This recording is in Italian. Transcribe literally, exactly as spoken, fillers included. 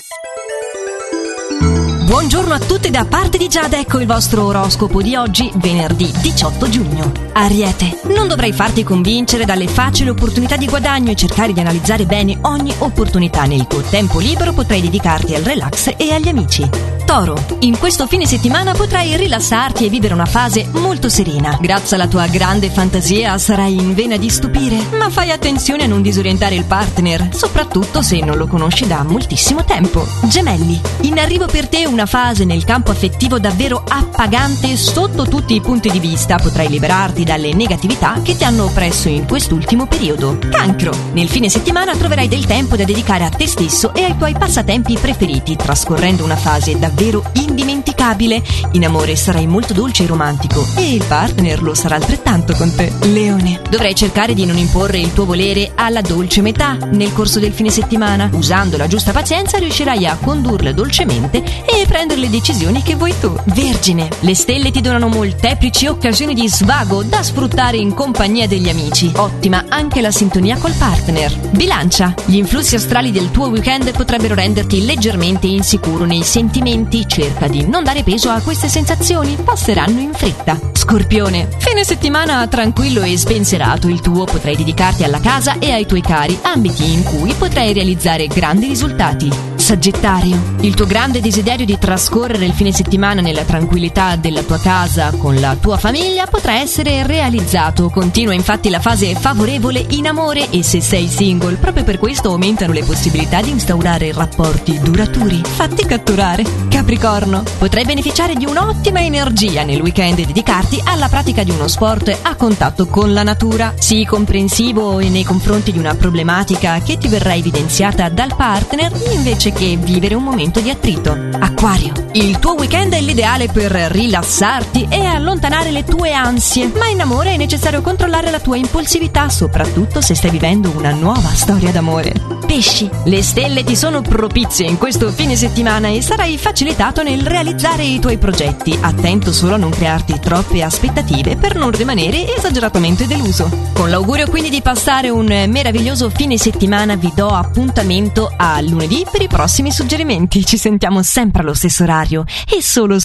Buongiorno a tutti da parte di Giada, ecco il vostro oroscopo di oggi, venerdì diciotto giugno. Ariete, non dovrai farti convincere dalle facili opportunità di guadagno e cercare di analizzare bene ogni opportunità. Nel tuo tempo libero potrai dedicarti al relax e agli amici. Toro, in questo fine settimana potrai rilassarti e vivere una fase molto serena. Grazie alla tua grande fantasia sarai in vena di stupire, ma fai attenzione a non disorientare il partner, soprattutto se non lo conosci da moltissimo tempo. Gemelli, in arrivo per te una fase nel campo affettivo davvero appagante sotto tutti i punti di vista. Potrai liberarti dalle negatività che ti hanno oppresso in quest'ultimo periodo. Cancro, nel fine settimana troverai del tempo da dedicare a te stesso e ai tuoi passatempi preferiti, trascorrendo una fase davvero indimenticabile. In amore sarai molto dolce e romantico e il partner lo sarà altrettanto con te. Leone, dovrai cercare di non imporre il tuo volere alla dolce metà nel corso del fine settimana. Usando la giusta pazienza riuscirai a condurla dolcemente e prendere le decisioni che vuoi tu. Vergine, le stelle ti donano molteplici occasioni di svago da sfruttare in compagnia degli amici. Ottima anche la sintonia col partner. Bilancia, gli influssi astrali del tuo weekend potrebbero renderti leggermente insicuro nei sentimenti. Cerca di non dare peso a queste sensazioni, passeranno in fretta. Scorpione, fine settimana tranquillo e spensierato il tuo. Potrai dedicarti alla casa e ai tuoi cari, ambiti in cui potrai realizzare grandi risultati. Sagittario, il tuo grande desiderio di trascorrere il fine settimana nella tranquillità della tua casa con la tua famiglia potrà essere realizzato. Continua infatti la fase favorevole in amore e se sei single, proprio per questo aumentano le possibilità di instaurare rapporti duraturi. Fatti catturare. Capricorno, potrai beneficiare di un'ottima energia nel weekend e dedicarti alla pratica di uno sport a contatto con la natura. Sii comprensivo nei confronti di una problematica che ti verrà evidenziata dal partner invece che vivere un momento di attrito. Acquario, il tuo weekend è l'ideale per rilassarti e allontanare le tue ansie, ma in amore è necessario controllare la tua impulsività, soprattutto se stai vivendo una nuova storia d'amore. Pesci, le stelle ti sono propizie in questo fine settimana e sarai facilitato nel realizzare i tuoi progetti. Attento solo a non crearti troppe aspettative per non rimanere esageratamente deluso. Con l'augurio quindi di passare un meraviglioso fine settimana vi do appuntamento a lunedì per i prossimi suggerimenti. Ci sentiamo sempre allo stesso orario e solo